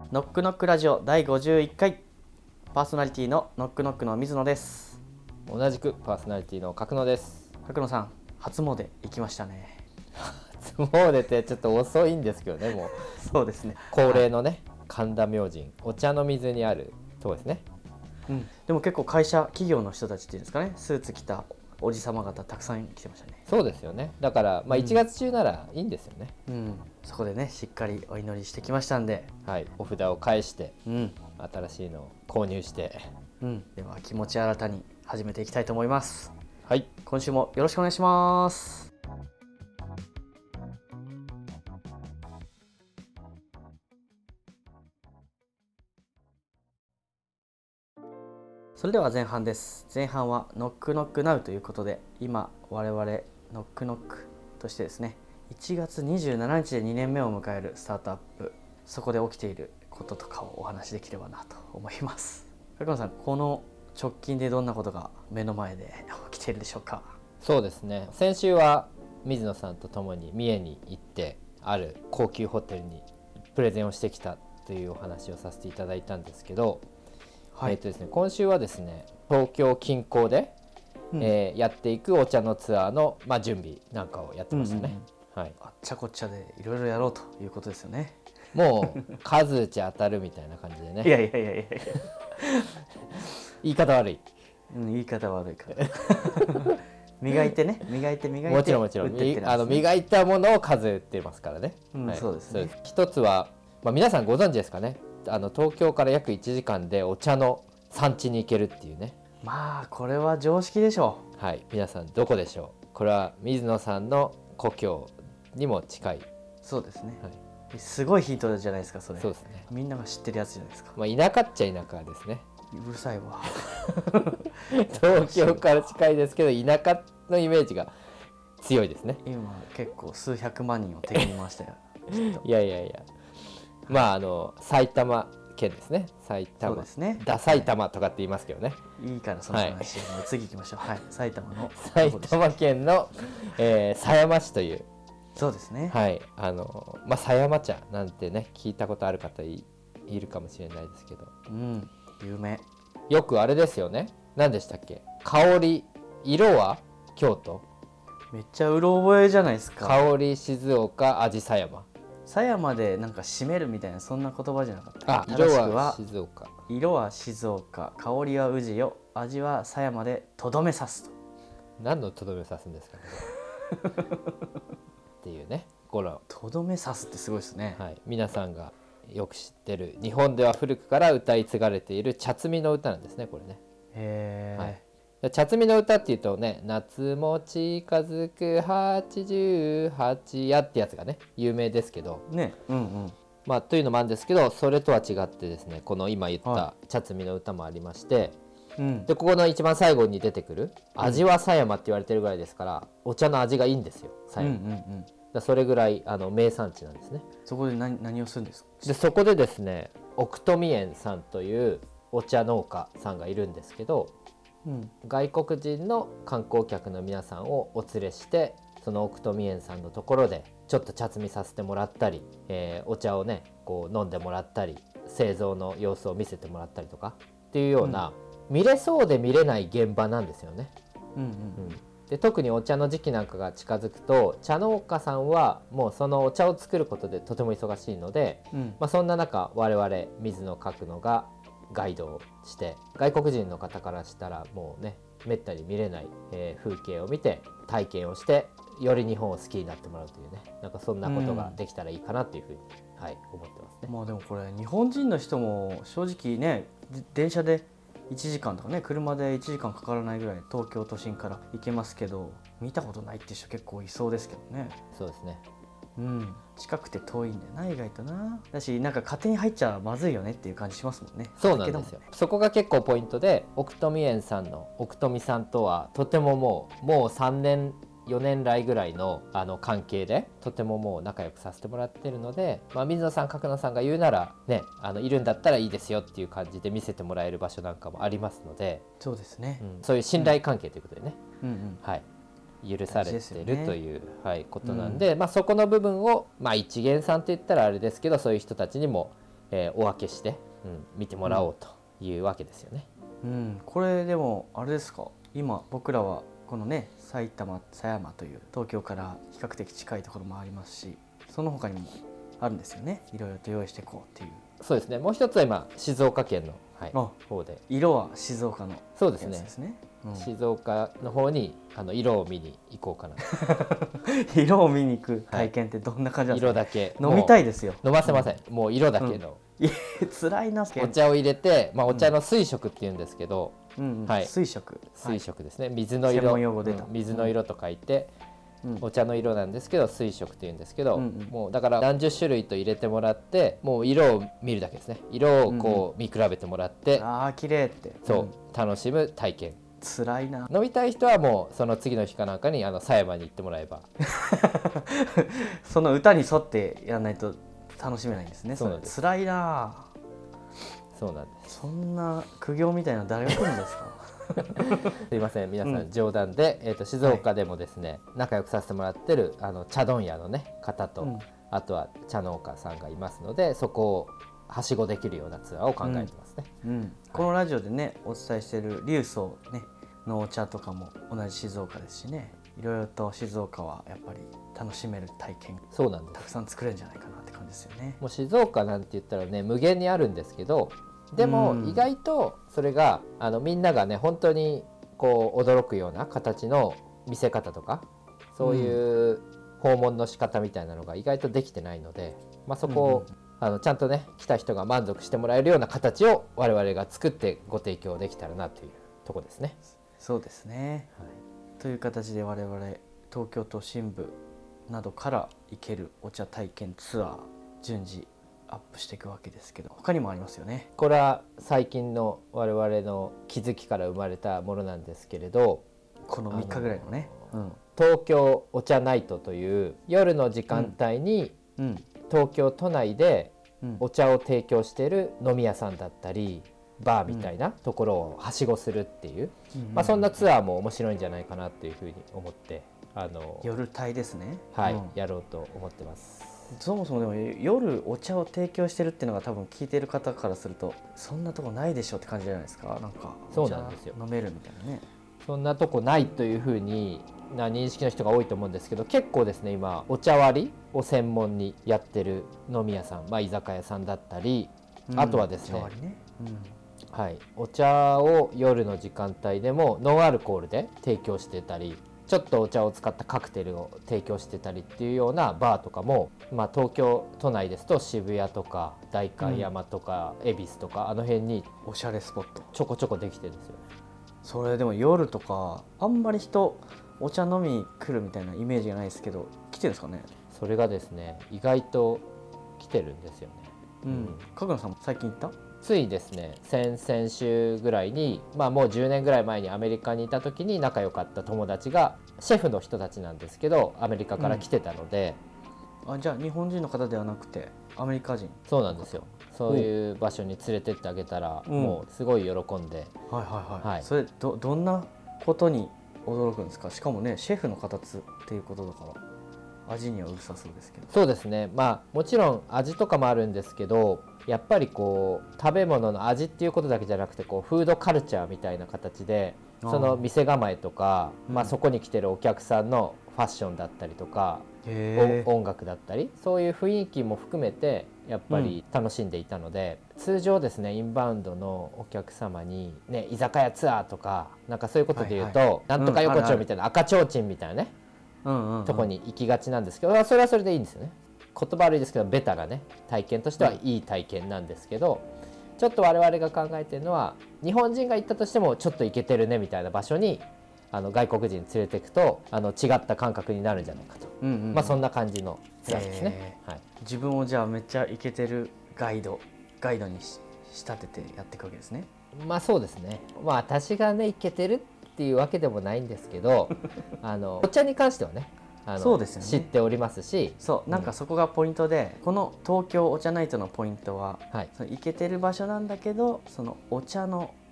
ノックノックラジオ第51回パーソナリティのノックノックの水野です。 同じくパーソナリティの角野です。 角野さん、初詣行きましたね。 初詣ってちょっと遅いんですけどね、もうそうですね、 恒例のね、神田明神お茶の水にあるとこですね。 でも結構企業の人たちっていうんですかね、スーツ着たおじさま方たくさん来てましたね。 そうですよね。だから1月中ならいいんですよね。 そこでね、しっかりお祈りしてきましたんで、 はい、お札を返して、新しいのを購入して、 では気持ち新たに始めていきたいと思います。 はい、 今週もよろしくお願いします。それでは前半です。前半はノックノックナウということで、今我々ノックノックとしてですね、1月27日で2年目を迎えるスタートアップ、そこで起きていることとかをお話しできればなと思います。角野さん、この直近でどんなことが目の前で起きているでしょうか？ そうですね、先週は水野さんと共に三重に行って、ある高級ホテルにプレゼンをしてきたというお話をさせていただいたんですけど、ですね、今週はですね、東京近郊で、やっていくお茶のツアーの、準備なんかをやってましたね。はい、 あっちゃこっちゃでいろいろやろうということですよね。 もう数打ち当たるみたいな感じでね。 いや言い方悪い、 言い方悪いから磨いて磨いてもちろん磨いたものを数打ってますからね。 そうですね。 一つは、皆さんご存知ですかね、東京から約1時間でお茶の産地に行けるっていうね。 これは常識でしょう。はい、皆さんどこでしょう。これは水野さんの故郷にも近い。 そうですね、すごいヒントじゃないですか、それ。 そうですね、 みんなが知ってるやつじゃないですか。 田舎っちゃ田舎ですね。 うるさいわ東京から近いですけど、田舎のイメージが強いですね。 今結構数百万人を敵に回したよいや埼玉県ですね。埼玉、そうですね、埼玉とかって言いますけどね。 いいからその話、次行きましょう。埼玉県の、狭山市という。 そうですね。 狭山茶なんてね、聞いたことある方いるかもしれないですけど、 有名。 よくあれですよね。何でしたっけ、香り、色は京都。 めっちゃうろ覚えじゃないですか。 香り静岡、味狭山。 狭山でなんか締めるみたいな、そんな言葉じゃなかった。 色は静岡。 色は静岡、香りは宇治よ、味は狭山でとどめ刺すと。 何のとどめ刺すんですかねっていうね。 とどめ刺すってすごいですね。 皆さんがよく知ってる、日本では古くから歌い継がれている茶摘みの歌なんですね、これね。茶摘みの歌っていうとね、夏も近づく88夜ってやつがね有名ですけどね。というのもあるんですけど、それとは違ってですね、この今言った茶摘みの歌もありまして、でここの一番最後に出てくる味は狭山って言われてるぐらいですから、お茶の味がいいんですよ、狭山。それぐらい名産地なんですね。 そこで何をするんですか？ でそこでですね、奥富園さんというお茶農家さんがいるんですけど、外国人の観光客の皆さんをお連れして、その奥富園さんのところでちょっと茶摘みさせてもらったり、お茶をねこう飲んでもらったり、製造の様子を見せてもらったりとかっていうような、見れそうで見れない現場なんですよね。で特にお茶の時期なんかが近づくと、茶農家さんはもうそのお茶を作ることでとても忙しいので、そんな中我々水野角野がガイドをして、外国人の方からしたらもうねめったに見れない、風景を見て体験をして、より日本を好きになってもらうというね、なんかそんなことができたらいいかなというふうに、思ってますね。 でもこれ日本人の人も正直ね、電車で1時間とかね、車で1時間かからないぐらい東京都心から行けますけど、見たことないって人結構いそうですけどね。 そうですね。 近くて遠いんだよな、意外とな。だし、なんか勝手に入っちゃまずいよねっていう感じしますもんね。 そうなんですよ。そこが結構ポイントで、奥富園さんの奥富さんとはとてももう3年4年来ぐらいの関係で、とてももう仲良くさせてもらってるので、水野さん角野さんが言うならね、いるんだったらいいですよっていう感じで見せてもらえる場所なんかもありますので。 そうですね、 そういう信頼関係ということでね、許されているという、ことなんで、そこの部分を、一元さんって言ったらあれですけど、そういう人たちにもお分けして、見てもらおうというわけですよね。 これでもあれですか、今僕らはこのね狭山という東京から比較的近いところもありますし、その他にもあるんですよね、いろいろと用意していこうっていう。 そうですね、もう一つは今静岡県の、方で、 色は静岡のそうですね、静岡の方に色を見に行こうかな色を見に行く体験ってどんな感じなんですか？ 色だけ飲みたいですよ。 飲ませません、もう色だけの、 辛いな。 お茶を入れて、お茶の水色っていうんですけど、 水色ですね、水の色、水の色と書いて、お茶の色なんですけど水色っていうんですけど、もうだから何十種類と入れてもらって、もう色を見るだけですね。色をこう見比べてもらって、 ああ綺麗って、 そう楽しむ体験。 辛いな。 飲みたい人はもうその次の日かなんかに狭山に行ってもらえばその歌に沿ってやらないと楽しめないんですね。 そうなんです。 辛いな。 そうなんです。 そんな苦行みたいな誰が来るんですか？ すいません皆さん、冗談で、静岡でもですね、仲良くさせてもらってる茶問屋のね方と、あとは茶農家さんがいますので、そこをはしごできるようなツアーを考えてますね。 このラジオでねお伝えしている龍荘ねのお茶とかも同じ静岡ですしね、いろいろと静岡はやっぱり楽しめる体験、 そうなんです、 たくさん作れるんじゃないかなって感じですよね。 もう静岡なんて言ったらね無限にあるんですけど、でも意外とそれがみんながね本当にこう驚くような形の見せ方とか、そういう訪問の仕方みたいなのが意外とできてないので、そこをちゃんとね来た人が満足してもらえるような形を我々が作ってご提供できたらなというとこですね。 そうですね、という形で我々東京都心部などから行けるお茶体験ツアー順次アップしていくわけですけど、他にもありますよね。 これは最近の我々の気づきから生まれたものなんですけれど、 この3日ぐらいのね、 東京お茶ナイトという夜の時間帯に、東京都内でお茶を提供している飲み屋さんだったりバーみたいなところをはしごするっていう、そんなツアーも面白いんじゃないかなというふうに思って、 夜帯ですね、 やろうと思ってます。 そもそもでも夜お茶を提供してるっていうのが多分聞いてる方からするとそんなとこないでしょって感じじゃないですか。なんかそうなんですよ、 飲めるみたいなね、 そんなとこないというふうに認識の人が多いと思うんですけど、結構ですね今お茶割りを専門にやってる飲み屋さん、居酒屋さんだったり、あとはですね、お茶を夜の時間帯でもノンアルコールで提供してたり、ちょっとお茶を使ったカクテルを提供してたりっていうようなバーとかも、東京都内ですと渋谷とか代官山とか恵比寿とか、あの辺におしゃれスポットちょこちょこできてるんですよ。 それでも夜とかあんまり人お茶飲みに来るみたいなイメージがないですけど、来てるんですかね。 それがですね意外と来てるんですよね。 角野さんも最近行った？ ついですね先々週ぐらいに、もう10年ぐらい前にアメリカにいた時に仲良かった友達がシェフの人たちなんですけどアメリカから来てたので、 じゃあ日本人の方ではなくてアメリカ人。 そうなんですよ。そういう場所に連れてってあげたら、もうすごい喜んで、 それどんなことに驚くんですか？しかもねシェフの方っていうことだから味にはうるさそうですけど。 そうですね、もちろん味とかもあるんですけど、やっぱりこう食べ物の味っていうことだけじゃなくて、こうフードカルチャーみたいな形でその店構えとか、そこに来てるお客さんのファッションだったりとか音楽だったり、そういう雰囲気も含めてやっぱり楽しんでいたので、通常ですねインバウンドのお客様に、居酒屋ツアーとかなんかそういうことで言うと、なんとか横丁みたいな赤ちょうちんみたいなね、とこに行きがちなんですけど、それはそれでいいんですよね。言葉悪いですけどベタなね体験としてはいい体験なんですけど、ちょっと我々が考えてるのは、日本人が行ったとしてもちょっと行けてるねみたいな場所に外国人連れていくと違った感覚になるんじゃないかと、そんな感じのツアーですね。 自分をじゃあめっちゃイケてるガイドに仕立ててやっていくわけですね。 そうですね。私がねイケてるっていうわけでもないんですけどお茶に関してはねそうですよね、 知っておりますし、 なんかそこがポイントで、この東京お茶ナイトのポイントは、そのイケてる場所なんだけどそのお茶の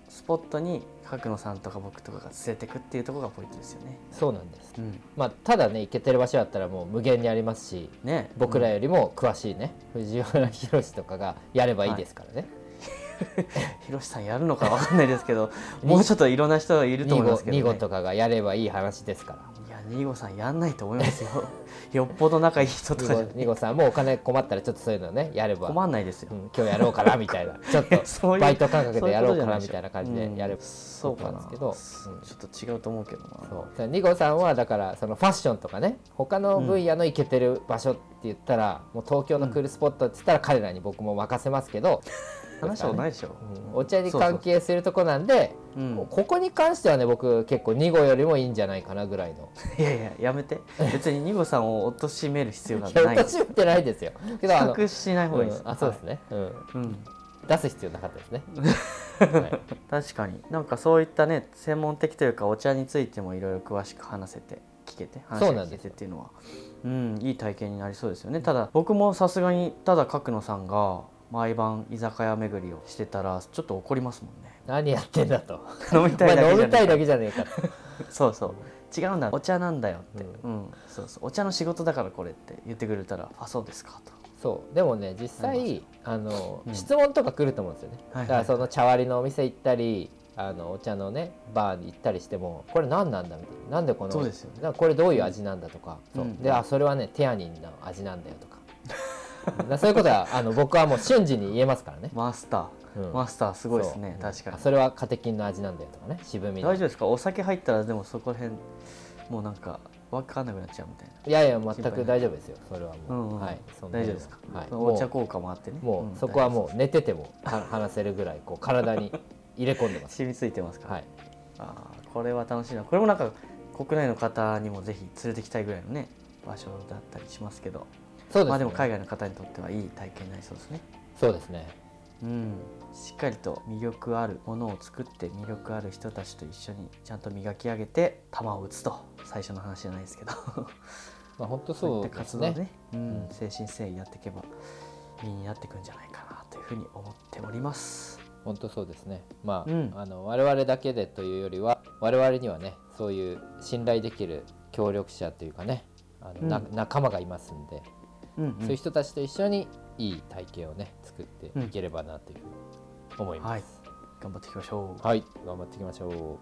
スポットに角野さんとか僕とかが連れてくっていうところがポイントですよね。 そうなんです、まあただね行けてる場所だったらもう無限にありますし、ね、僕らよりも詳しいね、藤原宏とかがやればいいですからね、 宏さんやるのか分かんないですけどもうちょっといろんな人がいると思いますけどね。 ニゴとかがやればいい話ですから。 いやニゴさんやんないと思いますよよっぽど仲いい人とかじゃニゴさんもお金困ったらちょっとそういうのねやれば困んないですよ、 今日やろうかなみたいなちょっとバイト感覚でやろうかなみたいな感じでやればそうかなんですけど、ちょっと違うと思うけどな。 そうニゴさんはだからそのファッションとかね他の分野のイケてる場所って言ったら、もう東京のクールスポットって言ったら彼らに僕も任せますけど、 話したことないでしょ、 お茶に関係するとこなんで、ここに関してはね僕結構ニゴよりもいいんじゃないかなぐらいの。 いやいややめて、別にニゴさんを貶める必要がない貶めてないですよけど比較しない方がいいです、 そうですね、出す必要なかったですね確かになんかそういったね専門的というかお茶についてもいろいろ詳しく話せて聞けて話が聞けてっていうのは、いい体験になりそうですよね。ただ僕もさすがにただ角野さんが毎晩居酒屋巡りをしてたらちょっと怒りますもんね。 何やってんだと飲みたいだけじゃねえかそうそう違うんだお茶なんだよって、そうそうお茶の仕事だからこれって言ってくれたらあそうですかと。 そうでもね実際質問とか来ると思うんですよね、だからその茶割りのお店行ったりお茶のねバーに行ったりしてもこれ何なんだみたいな、なんでこのそうですよ、ね、 これどういう味なんだとか、でそれはねテアニンの味なんだよとかそういうことは僕はもう瞬時に言えますからね。 マスターすごいですね。確かにそれはカテキンの味なんだよとかね、渋みの。 大丈夫ですか？お酒入ったらでもそこら辺もうなんか分かんなくなっちゃうみたいな。 いやいや全く大丈夫ですよそれはもう、 はい大丈夫ですか？お茶効果もあってね、 もうそこはもう寝てても話せるぐらいこう体に入れ込んでます染みついてますか？ はい。 これは楽しいな。これもなんか国内の方にもぜひ連れてきたいぐらいのね場所だったりしますけど、 そうですね、 まあでも海外の方にとってはいい体験になりそうですね。 そうですね、 しっかりと魅力あるものを作って魅力ある人たちと一緒にちゃんと磨き上げて球を打つと、最初の話じゃないですけどまあ本当そうですね。 活動ね、誠心誠意やっていけば身になっていくんじゃないかなというふうに思っております。 本当そうですね。まあ、我々だけでというよりは我々にはねそういう信頼できる協力者というかね仲間がいますんで、そういう人たちと一緒にいい体験をね作っていければなというふうに思います、 頑張っていきましょう。 はい、頑張っていきましょう。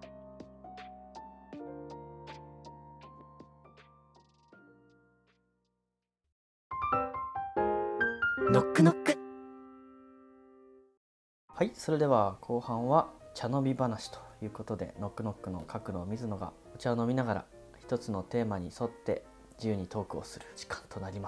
ノックノック。はい、それでは後半は茶飲み話ということで、ノックノックの角野水野がお茶を飲みながら一つのテーマに沿って自由にトークをする時間となります。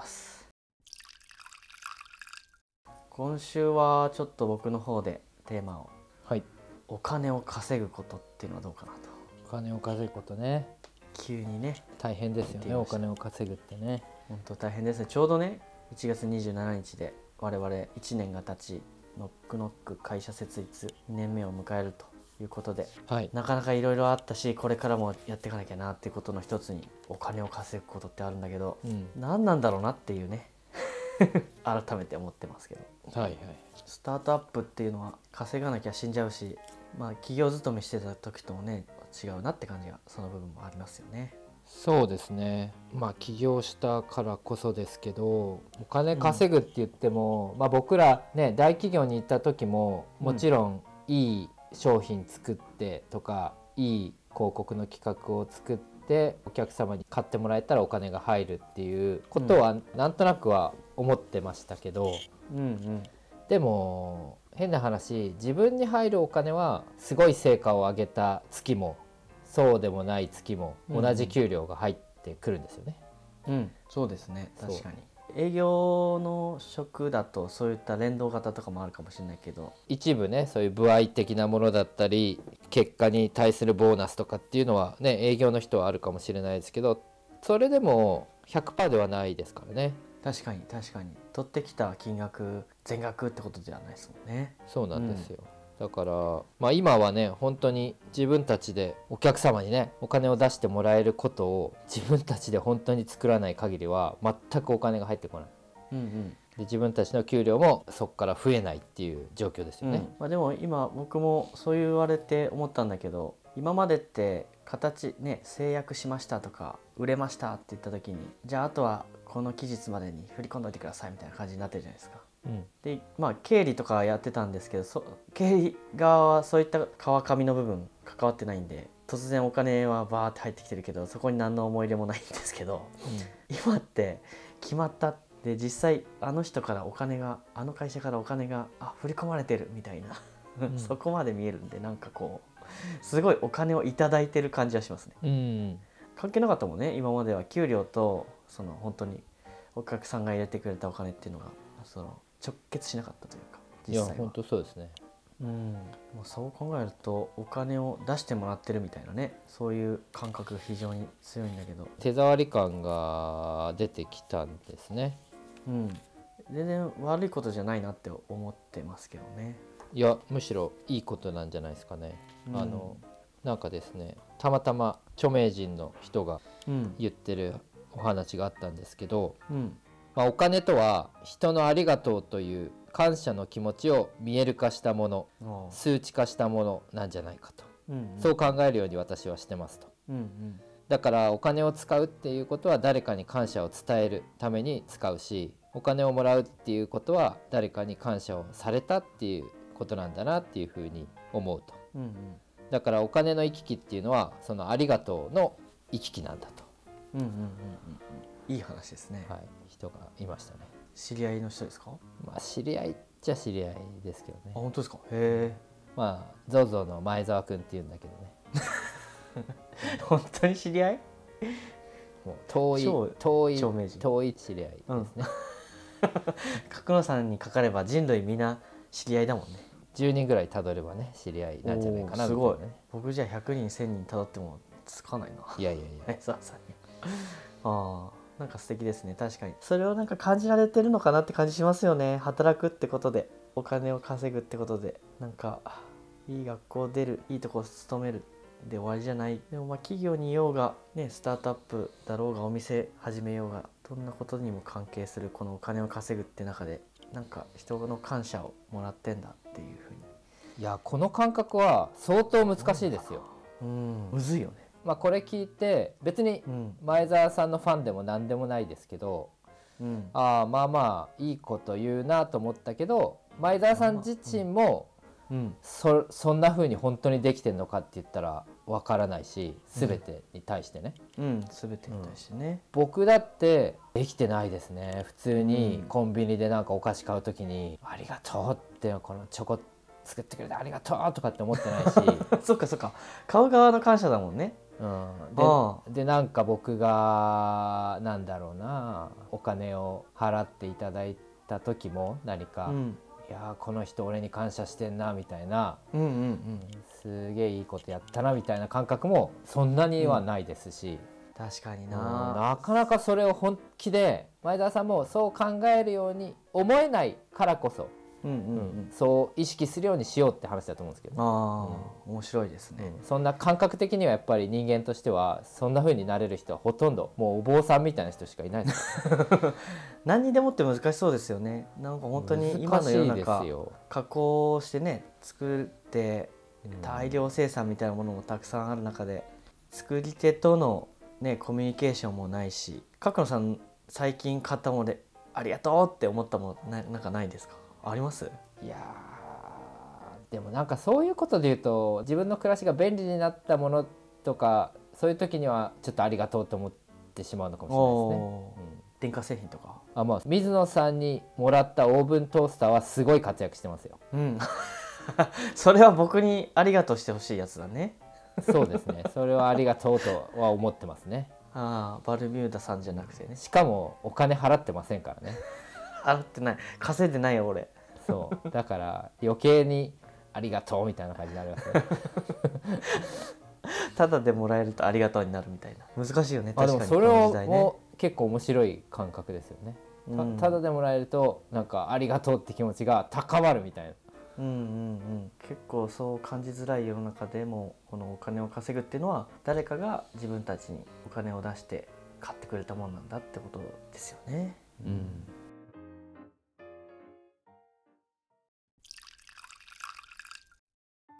今週はちょっと僕の方でテーマを、お金を稼ぐことっていうのはどうかなと。 お金を稼ぐことね、 急にね大変ですよね。お金を稼ぐってね本当大変ですね。ちょうどね1月27日で我々1年が経ち、ノックノック会社設立2年目を迎えるということで、なかなかいろいろあったし、これからもやっていかなきゃなっていうことの一つにお金を稼ぐことってあるんだけど、何なんだろうなっていうね改めて思ってますけど、スタートアップっていうのは稼がなきゃ死んじゃうし、企業勤めしてた時ともね違うなって感じがその部分もありますよね。 そうですね。起業したからこそですけど、お金稼ぐって言っても、僕らね大企業に行った時ももちろんいい商品作ってとか、いい広告の企画を作ってお客様に買ってもらえたらお金が入るっていうことはなんとなくは思ってましたけど、でも変な話、自分に入るお金はすごい成果を上げた月もそうでもない月も同じ給料が入ってくるんですよね。 そうですね、確かに営業の職だとそういった連動型とかもあるかもしれないけど、 一部ねそういう歩合的なものだったり結果に対するボーナスとかっていうのはね営業の人はあるかもしれないですけど、それでも 100% ではないですからね。 確かに取ってきた金額全額ってことではないですもんね。 そうなんですよ、だから今はね本当に自分たちでお客様にねお金を出してもらえることを自分たちで本当に作らない限りは全くお金が入ってこない。 で自分たちの給料もそこから増えないっていう状況ですよね。 でも今僕もそう言われて思ったんだけど、今までって形ね、制約しましたとか売れましたって言った時に、じゃああとはこの期日までに振り込んどいてくださいみたいな感じになってるじゃないですか。で経理とかやってたんですけど、経理側はそういった川上の部分関わってないんで、突然お金はバーって入ってきてるけどそこに何の思い入れもないんですけど、今って決まったで、実際あの人からお金が、あの会社からお金が振り込まれてるみたいなそこまで見えるんで、なんかこうすごいお金をいただいてる感じはしますね。関係なかったもんね、今までは給料とその本当にお客さんが入れてくれたお金っていうのがその直結しなかったというか、 実際は。いや本当そうですね。 そう考えるとお金を出してもらってるみたいなね、そういう感覚が非常に強いんだけど、 手触り感が出てきたんですね。 全然悪いことじゃないなって思ってますけどね。 いやむしろいいことなんじゃないですかね。なんかですね、たまたま著名人の人が言ってるお話があったんですけど、お金とは人のありがとうという感謝の気持ちを見える化したもの、数値化したものなんじゃないかと、そう考えるように私はしてますと。だからお金を使うっていうことは誰かに感謝を伝えるために使うし、お金をもらうっていうことは誰かに感謝をされたっていうことなんだなっていうふうに思うと。だからお金の行き来っていうのはそのありがとうの行き来なんだと。 いい話ですね。 人がいましたね。 知り合いの人ですか？ 知り合いっちゃ知り合いですけどね。 本当ですか？へえ。 ZOZO の前澤君っていうんだけどね本当に知り合い？ もう遠い知り合いですね。 角野さんにかかれば人類みんな知り合いだもんね。 10人ぐらいたどればね知り合いなんじゃないかな。 すごい。僕じゃあ100人1000人たどってもつかないな。 いやささになんか素敵ですね。確かにそれをなんか感じられてるのかなって感じしますよね。働くってことでお金を稼ぐってことで、なんかいい学校出る、いいとこ勤めるで終わりじゃない。でも企業にいようがね、スタートアップだろうがお店始めようが、どんなことにも関係するこのお金を稼ぐって中で、なんか人の感謝をもらってんだっていうふうに。 いやこの感覚は相当難しいですよ。 むずいよね。 これ聞いて別に前澤さんのファンでも何でもないですけど、まあいいこと言うなと思ったけど、前澤さん自身もそんな風に本当にできてるのかって言ったらわからないし、全てに対してね。 全てに対してね。 僕だってできてないですね。普通にコンビニでなんかお菓子買う時にありがとうってこのチョコ作ってくれてありがとうとかって思ってないしそっか買う側の感謝だもんね。 でなんか僕がなんだろうな、お金を払っていただいた時も何か、いやこの人俺に感謝してんなみたいな、すげえいいことやったなみたいな感覚もそんなにはないですし、 確かになかなかそれを本気で前澤さんもそう考えるように思えないからこそ、そう意識するようにしようって話だと思うんですけど、 面白いですね。 そんな感覚的にはやっぱり人間としてはそんな風になれる人はほとんどもうお坊さんみたいな人しかいないです何にでもって難しそうですよね。なんか本当に今の世の中加工してね作って大量生産みたいなものもたくさんある中で、作り手とのねコミュニケーションもないし、角野さん最近買ったものでありがとうって思ったものなんかないですか？あります？ いやでもなんかそういうことで言うと、自分の暮らしが便利になったものとかそういう時にはちょっとありがとうと思ってしまうのかもしれないですね。 電化製品とか。 水野さんにもらったオーブントースターはすごい活躍してますよ。 それは僕にありがとうしてほしいやつだね。 そうですね。それはありがとうとは思ってますね。 バルミューダさんじゃなくてね。 しかもお金払ってませんからね。 払ってない、稼いでないよ俺。 そうだから余計にありがとうみたいな感じになりますねただでもらえるとありがとうになるみたいな。難しいよね。確かにでもそれも結構面白い感覚ですよね。ただでもらえるとなんかありがとうって気持ちが高まるみたいな。 結構そう感じづらい世の中でも、このお金を稼ぐっていうのは誰かが自分たちにお金を出して買ってくれたものなんだってことですよね。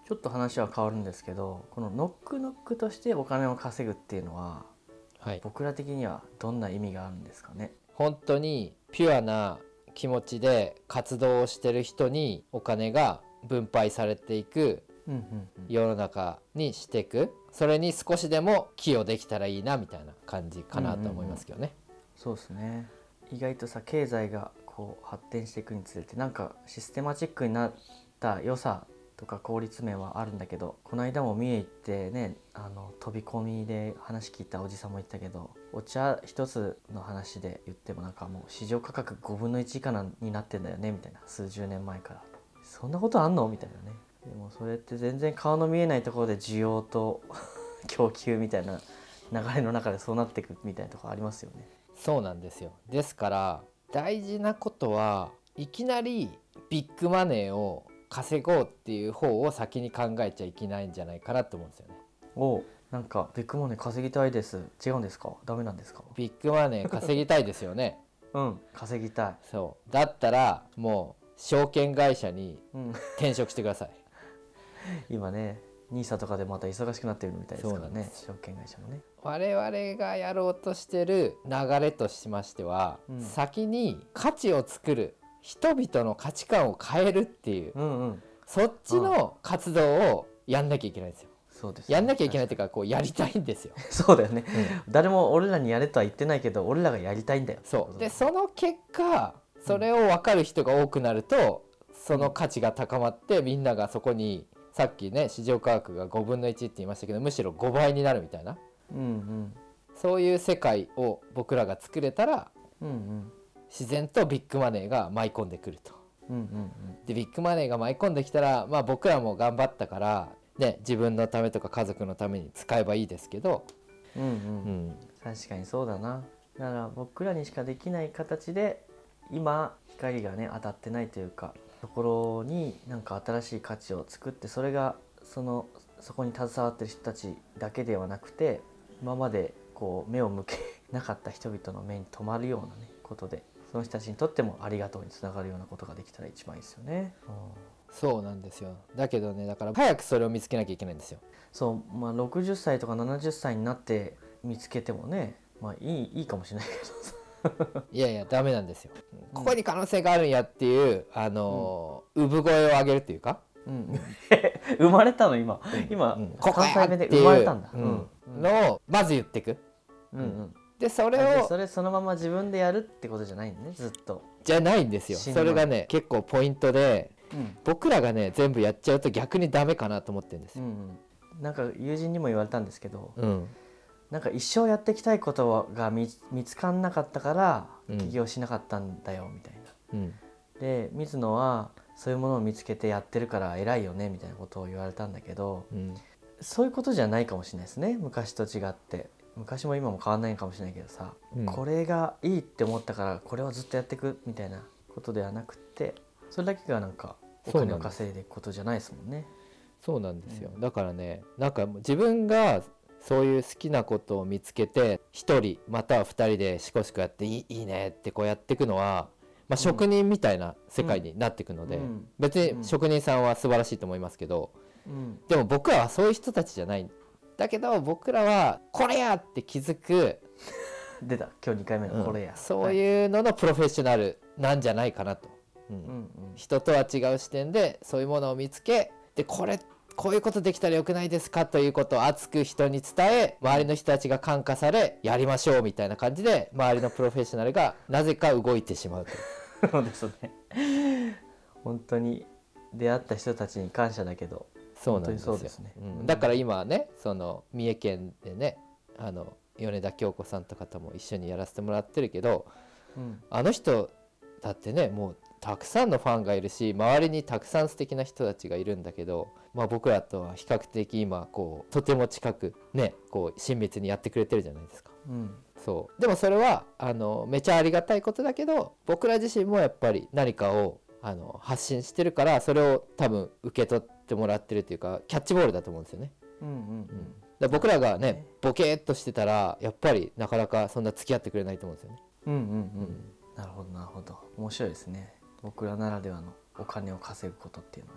ちょっと話は変わるんですけど、このノックノックとしてお金を稼ぐっていうのは、 はい、 僕ら的にはどんな意味があるんですかね。 本当にピュアな気持ちで活動をしてる人にお金が分配されていく世の中にしていく、それに少しでも寄与できたらいいなみたいな感じかなと思いますけどね。 そうですね。意外とさ、経済がこう発展していくにつれてなんかシステマチックになった良さとか効率面はあるんだけど、この間も三重行ってね、飛び込みで話聞いたおじさんも言ったけど、お茶一つの話で言ってもなんかもう市場価格5分の1以下になってんだよねみたいな、数十年前から。そんなことあんのみたいなね。でもそれって全然顔の見えないところで需要と供給みたいな流れの中でそうなっていくみたいなところありますよね。 そうなんですよ。ですから大事なことはいきなりビッグマネーを稼ごうっていう方を先に考えちゃいけないんじゃないかなと思うんですよね。 なんかビッグマネー稼ぎたいです。違うんですか？ダメなんですか？ ビッグマネー稼ぎたいですよね。 稼ぎたい。 そうだったらもう証券会社に転職してください。 今ね、ニーサとかでまた忙しくなってるみたいですからね、証券会社もね。 我々がやろうとしてる流れとしましては、先に価値を作る、人々の価値観を変えるっていう、そっちの活動をやんなきゃいけないんですよ。そうですね、やんなきゃいけないっていうか、こうやりたいんですよ。 そうだよね、誰も俺らにやれとは言ってないけど、俺らがやりたいんだよ。 そうで、その結果それを分かる人が多くなると、その価値が高まって、みんながそこに、さっきね市場価格が5分の1って言いましたけど、むしろ5倍になるみたいな、そういう世界を僕らが作れたら、自然とビッグマネーが舞い込んでくると。でビッグマネーが舞い込んできたら、まあ僕らも頑張ったからね、自分のためとか家族のために使えばいいですけど、 確かにそうだな。だから僕らにしかできない形で今光がね当たってないというかところになんか新しい価値を作って、それがそこに携わってる人たちだけではなくて、今までこう目を向けなかった人々の目に留まるようなねことで、その人たちにとってもありがとうにつながるようなことができたら一番いいですよね。 そうなんですよ。だけどね、だから早くそれを見つけなきゃいけないんですよ。 そう、まあ60歳とか70歳になって見つけてもね、まあいいかもしれないけどさいやいやダメなんですよ。ここに可能性があるんやっていう、産声を上げるっていうか、 生まれたの今、 ここやって生まれたんだのをまず言ってく。でそれをそのまま自分でやるってことじゃないんだね、ずっと。 じゃないんですよ。それがね結構ポイントで、僕らがね全部やっちゃうと逆にダメかなと思ってるんですよ。 なんか友人にも言われたんですけど、なんか一生やっていきたいことが見つかんなかったから起業しなかったんだよみたいな、で水野はそういうものを見つけてやってるから偉いよねみたいなことを言われたんだけど、そういうことじゃないかもしれないですね、昔と違って。昔も今も変わんないかもしれないけどさ、これがいいって思ったからこれはずっとやっていくみたいなことではなくて、それだけがなんかお金を稼いでいくことじゃないですもんね。 そうなんですよ。だからね、なんか自分がそういう好きなことを見つけて1人または2人でシコシコやっていいねってこうやっていくのは、まあ、職人みたいな世界になっていくので、別に職人さんは素晴らしいと思いますけど、でも僕らはそういう人たちじゃない。だけど僕らはこれやって気づく出た今日2回目のこれや、 そういうののプロフェッショナルなんじゃないかなと、人とは違う視点でそういうものを見つけで、こういうことできたらよくないですかということを熱く人に伝え、周りの人たちが感化されやりましょうみたいな感じで、周りのプロフェッショナルがなぜか動いてしまうと。 そうですね。本当に出会った人たちに感謝だけど、 そうなんですよ。だから今ね、その三重県でね、米田京子さんとかとも一緒にやらせてもらってるけど、あの人だってね、もうたくさんのファンがいるし、周りにたくさん素敵な人たちがいるんだけど、まあ、僕らとは比較的今こうとても近くね、こう親密にやってくれてるじゃないですか。そうでもそれはめちゃありがたいことだけど、僕ら自身もやっぱり何かを発信してるから、それを多分受け取ってもらってるっていうか、キャッチボールだと思うんですよね。だ僕らがねボケーっとしてたら、やっぱりなかなかそんな付き合ってくれないと思うんですよね。 なるほどなるほど、面白いですね。僕らならではのお金を稼ぐことっていうのはね。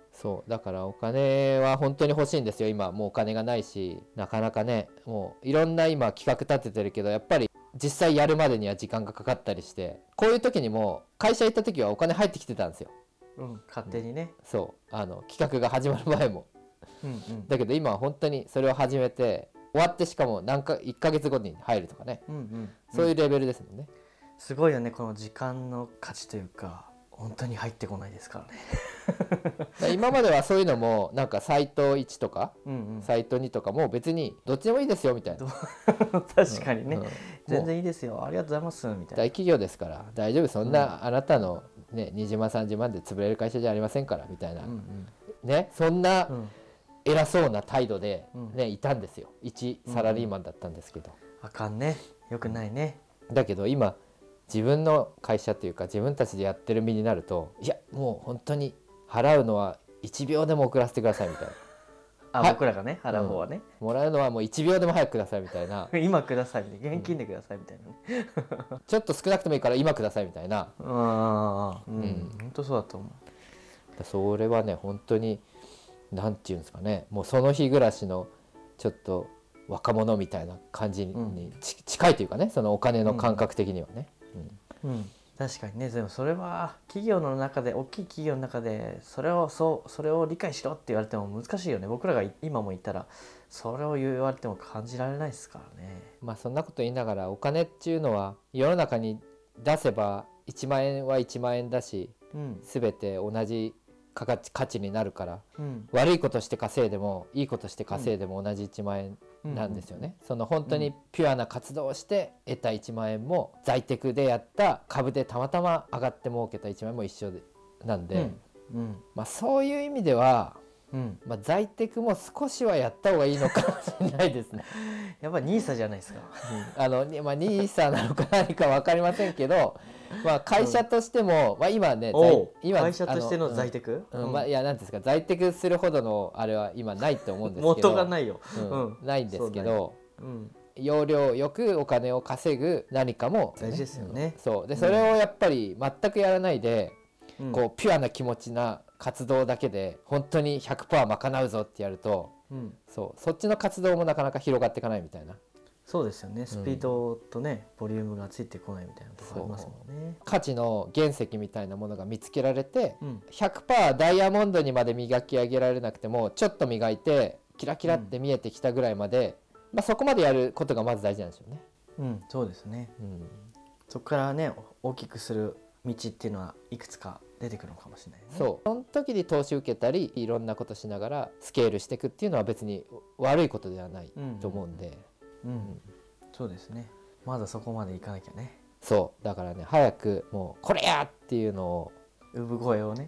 そうだからお金は本当に欲しいんですよ。今もうお金がないし、なかなかね、もういろんな今企画立ててるけど、やっぱり実際やるまでには時間がかかったりして、こういう時にも会社行った時はお金入ってきてたんですよ。 勝手にね。 そう企画が始まる前もだけど今は本当にそれを始めて終わって、しかも1ヶ月後に入るとかね、そういうレベルですもんね。 すごいよね、この時間の価値というか、本当に入ってこないですからね。 今まではそういうのもなんかサイト1とか、サイト2とかも別にどっちでもいいですよみたいな確かにね、全然いいですよ、ありがとうございますみたいな。 大企業ですから大丈夫、そんなあなたの、ね、20万30万で潰れる会社じゃありませんからみたいな、ね、そんな偉そうな態度で、ねいたんですよ。一サラリーマンだったんですけど、 あかんね、よくないね。 だけど今自分の会社というか自分たちでやってる身になると、いやもう本当に払うのは1秒でも遅らせてくださいみたいな僕らがね払う方はね、 もらうのはもう1秒でも早くくださいみたいな今くださいみたいな、現金でくださいみたいな、ちょっと少なくてもいいから今くださいみたいな。 本当そうだと思う。それはね本当になんていうんですかね、もうその日暮らしのちょっと若者みたいな感じに近いというかね、そのお金の感覚的にはね。 確かにね。でもそれは企業の中で、大きい企業の中でそれを理解しろって言われても難しいよね。僕らが今も言ったらそれを言われても感じられないですからね。 まあそんなこと言いながら、お金っていうのは世の中に出せば1万円は1万円だし、全て同じ価値になるから、悪いことして稼いでもいいことして稼いでも同じ1万円なんですよね。その本当にピュアな活動をして得た1万円も、在テクでやった株でたまたま上がって儲けた1万円も一緒なんで、まあそういう意味では、まあ在テクも少しはやった方がいいのかもしれないですね。 やっぱりニーサじゃないですか。 まあニーサなのか何か分かりませんけど、まあ会社としても、まあ今ね、 会社としての在テク、 まあいやなんですか、在テクするほどのあれは今ないと思うんですけど、 元がないよ、 ないんですけど、要領よくお金を稼ぐ何かも大事ですよね。 そうで、それをやっぱり全くやらないで、こうピュアな気持ちな活動だけで本当に 100% 賄うぞってやると、そっちの活動もなかなか広がっていかないみたいな。 そうですよね。スピードとね、ボリュームがついてこないみたいなところありますもんね。 価値の原石みたいなものが見つけられて、100% ダイヤモンドにまで磨き上げられなくても、ちょっと磨いてキラキラって見えてきたぐらいまで、まあそこまでやることがまず大事なんですよね。 そうですね。そこからね、大きくする道っていうのはいくつか出てくるのかもしれないね。 その時に投資受けたりいろんなことしながらスケールしていくっていうのは別に悪いことではないと思うんで、 そうですね。まだそこまでいかなきゃね。 そうだからね、早くもうこれやっていうのを産声を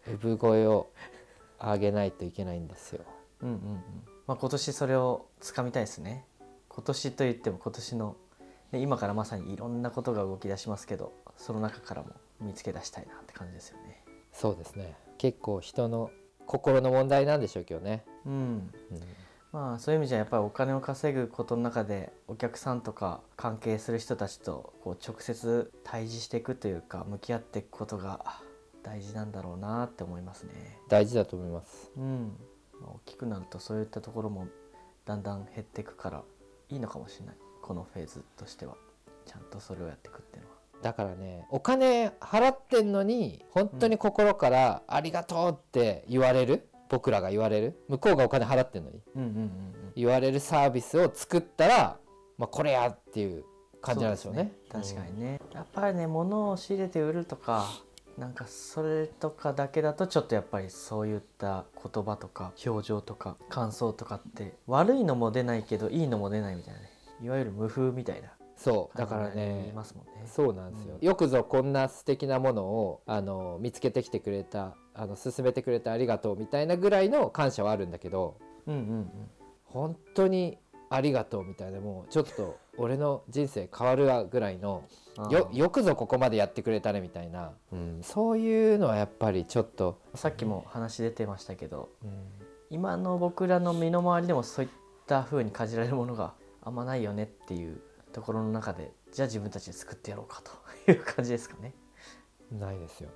上げないといけないんですよ。 まあ今年それをつかみたいですね。今年といっても今年の、今からまさにいろんなことが動き出しますけど、その中からも見つけ出したいなって感じですよね。 そうですね。結構人の心の問題なんでしょうけどね。 まあそういう意味じゃやっぱりお金を稼ぐことの中でお客さんとか関係する人たちとこう直接対峙していくというか、向き合っていくことが大事なんだろうなって思いますね。 大事だと思います。 大きくなるとそういったところもだんだん減っていくからいいのかもしれない。このフェーズとしてはちゃんとそれをやっていくっていうのは。 だからね、お金払ってんのに本当に心からありがとうって言われる、僕らが言われる、向こうがお金払ってんのに言われるサービスを作ったら、まあこれやっていう感じなんでしょうね。 確かにね。やっぱりね、物を仕入れて売るとかなんかそれとかだけだとちょっとやっぱりそういった言葉とか表情とか感想とかって悪いのも出ないけどいいのも出ないみたいなね、いわゆる無風みたいな。 そうだからね、 言いますもんね。 そうなんですよ。よくぞこんな素敵なものを見つけてきてくれた、勧めてくれてありがとうみたいなぐらいの感謝はあるんだけど、本当にありがとうみたいな、もうちょっと俺の人生変わるわぐらいのよくぞここまでやってくれたねみたいな、そういうのはやっぱりちょっと、 さっきも話出てましたけど、今の僕らの身の回りでもそういった風に感じられるものがあんまないよねっていうところの中で、じゃあ自分たちで作ってやろうかという感じですかね。 ないですよね。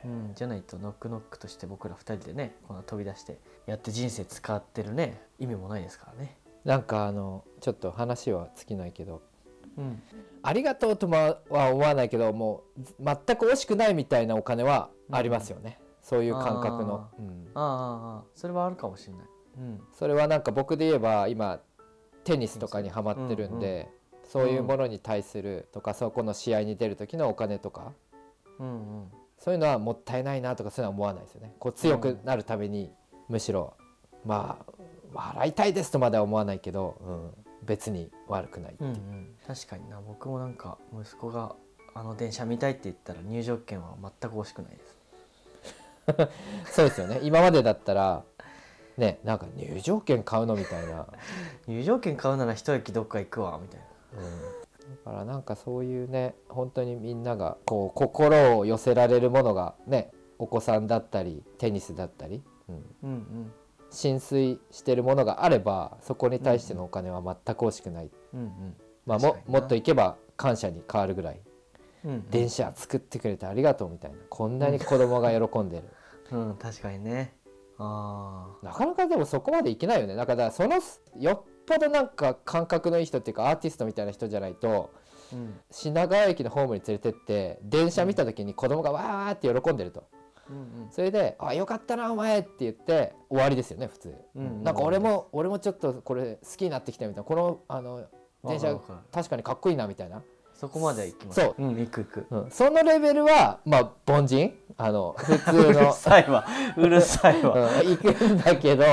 うん、じゃないとノックノックとして僕ら2人でねこの飛び出してやって人生使ってるね意味もないですからね。 なんかちょっと話は尽きないけど、 うん、 ありがとうとは思わないけどもう全く惜しくないみたいなお金はありますよね、そういう感覚の。 それはあるかもしれない。うん、 それはなんか僕で言えば今テニスとかにハマってるんで、そういうものに対するとか、そこの試合に出る時のお金とか、そういうのはもったいないなとかそういうのは思わないですよね。こう強くなるために、むしろまあ払いたいですとまでは思わないけど、別に悪くないっていう、 確かにな。僕もなんか息子が電車見たいって言ったら入場券は全く惜しくないです。 そうですよね。今までだったらね、なんか入場券買うのみたいな入場券買うなら一駅どっか行くわみたいな、 だからなんかそういうね、本当にみんながこう心を寄せられるものがね、お子さんだったりテニスだったり、浸水してるものがあればそこに対してのお金は全く惜しくない、まあもっといけば感謝に変わるぐらい、電車作ってくれてありがとうみたいな、こんなに子供が喜んでる確かにね。 なかなかでもそこまでいけないよね。だからそのよっぽどなんか感覚のいい人っていうかアーティストみたいな人じゃないと、品川駅のホームに連れてって電車見た時に子供がわーって喜んでると、それで「あ、よかったなお前」って言って終わりですよね普通。なんか俺もちょっとこれ好きになってきたみたいな、この電車確かにかっこいいなみたいな、 そこまで行きます。そう、行く、 そのレベルはまあ凡人、普通のうるさいわ行くんだけど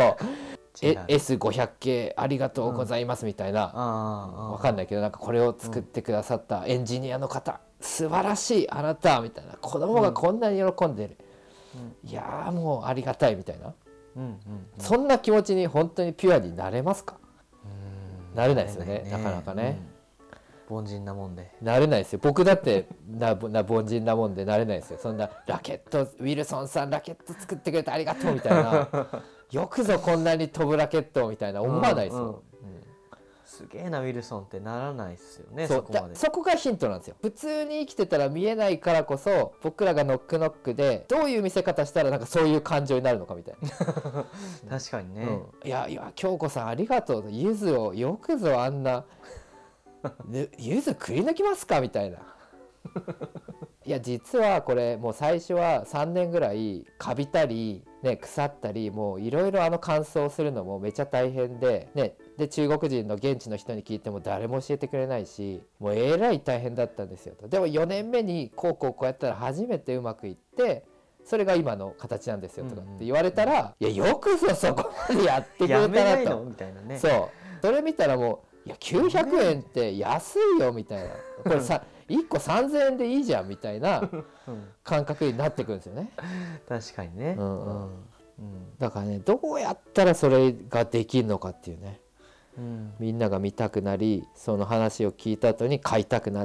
S500 系ありがとうございますみたいな、わかんないけど、なんかこれを作ってくださったエンジニアの方、素晴らしいあなたみたいな、子供がこんなに喜んでる、いやもうありがたいみたいな、そんな気持ちに本当にピュアになれますか？なれないですよね、なかなかね。 凡人なもんでなれないですよ。僕だって凡人なもんでなれないですよ。そんなラケットウィルソンさんラケット作ってくれてありがとうみたいなよくぞこんなに飛ぶラケットみたいな思わないですよ。 すげえなウィルソンってならないですよね。 そこがヒントなんですよ。普通に生きてたら見えないからこそ、僕らがノックノックでどういう見せ方したらなんかそういう感情になるのかみたいな確かにね、 いや京子さんありがとう、ゆずをよくぞあんなゆずくり抜きますかみたいな。いや実はこれもう最初は3年ぐらいカビたり、ね、腐ったり、もういろいろ乾燥するのもめちゃ大変で、ね、で中国人の現地の人に聞いても誰も教えてくれないし、もうえらい大変だったんですよと。でも4年目にこうやったら初めてうまくいって、それが今の形なんですよとかって言われたら、いやよくぞそこまでやってくれたなと。 みたいなね。 それ見たらもういや900円って安いよみたいな、これさ1個3000円でいいじゃんみたいな感覚になってくるんですよね。 確かにね、 だからね、どうやったらそれができるのかっていうね、みんなが見たくなり、その話を聞いた後に買いたくなって、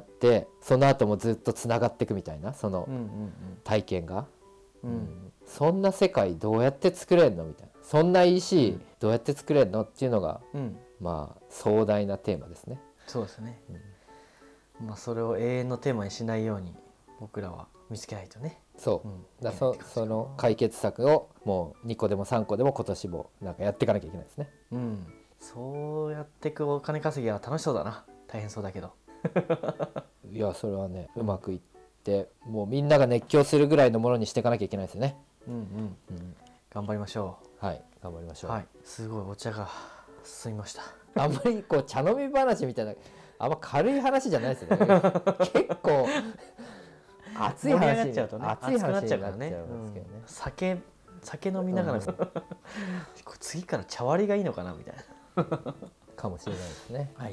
その後もずっとつながっていくみたいな、その体験が、そんな世界どうやって作れんのみたいな、そんな EC どうやって作れんのっていうのが、まあ壮大なテーマですね。 そうですね、まあそれを永遠のテーマにしないように僕らは見つけないとね。 その解決策をもう2個でも3個でも今年もなんかやっていかなきゃいけないですね。 そうやっていくお金稼ぎは楽しそうだな。大変そうだけどいやそれはね、うまくいってもうみんなが熱狂するぐらいのものにしていかなきゃいけないですよね。 頑張りましょう。 はい、頑張りましょう。 すごいお茶が進みました。 あんまりこう茶飲み話みたいなあんま軽い話じゃないですよね。結構熱い話になっちゃうとね、熱くなっちゃうからね。 酒飲みながら次から茶割りがいいのかなみたいなかもしれないですね。 はい。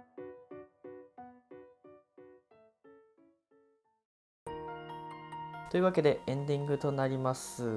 というわけでエンディングとなります。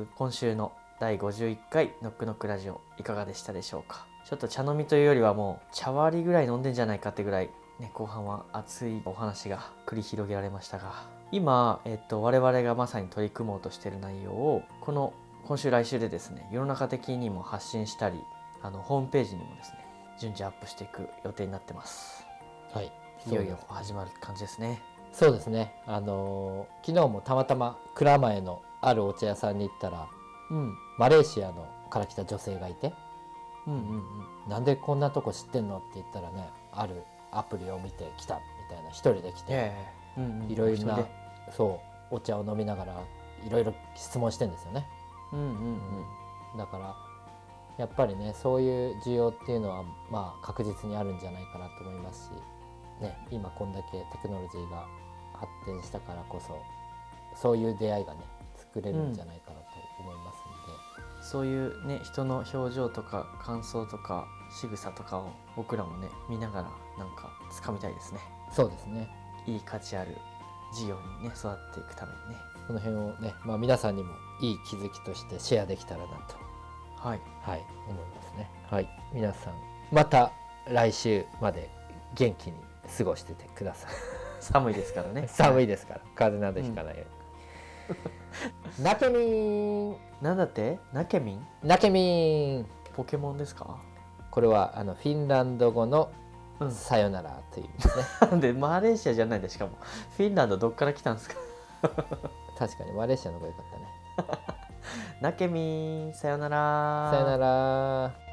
今週の第51回ノックノックラジオいかがでしたでしょうか。ちょっと茶飲みというよりはもう茶割りぐらい飲んでんじゃないかってぐらい、ね、後半は熱いお話が繰り広げられましたが、今、我々がまさに取り組もうとしている内容をこの今週来週でですね、世の中的にも発信したり、ホームページにもですね順次アップしていく予定になってます。はい、いよいよ始まる感じですね。 そうですね、昨日もたまたま蔵前のあるお茶屋さんに行ったら、 うん、 マレーシアのから来た女性がいて、 うんうんなんでこんなとこ知ってんのって言ったらね、あるアプリを見て来たみたいな、一人で来て、いろいろなそうお茶を飲みながらいろいろ質問してんですよね。だからやっぱりね、そういう需要っていうのはまあ確実にあるんじゃないかなと思いますし、ね、今こんだけテクノロジーが発展したからこそそういう出会いがね作れるんじゃないかなと思いますので、 そういうね、人の表情とか感想とか仕草とかを僕らもね見ながらなんか掴みたいですね。 そうですね、 いい価値ある事業にね育っていくためにね。 この辺をね、まあ、皆さんにもいい気づきとしてシェアできたらなと、 はい、 はい、思いますね。はい、皆さんまた来週まで元気に過ごしててください。 寒いですからね。 寒いですから風邪などひかないように。なけみん、 なんだってナケミン、 なけみん、 ポケモンですか？ これはフィンランド語のさよならという意味ですね。 なんでマレーシアじゃないで、しかもフィンランドどっから来たんですか？ 確かにマレーシアの方が良かったね。 ナケミン、さよなら。 さよなら。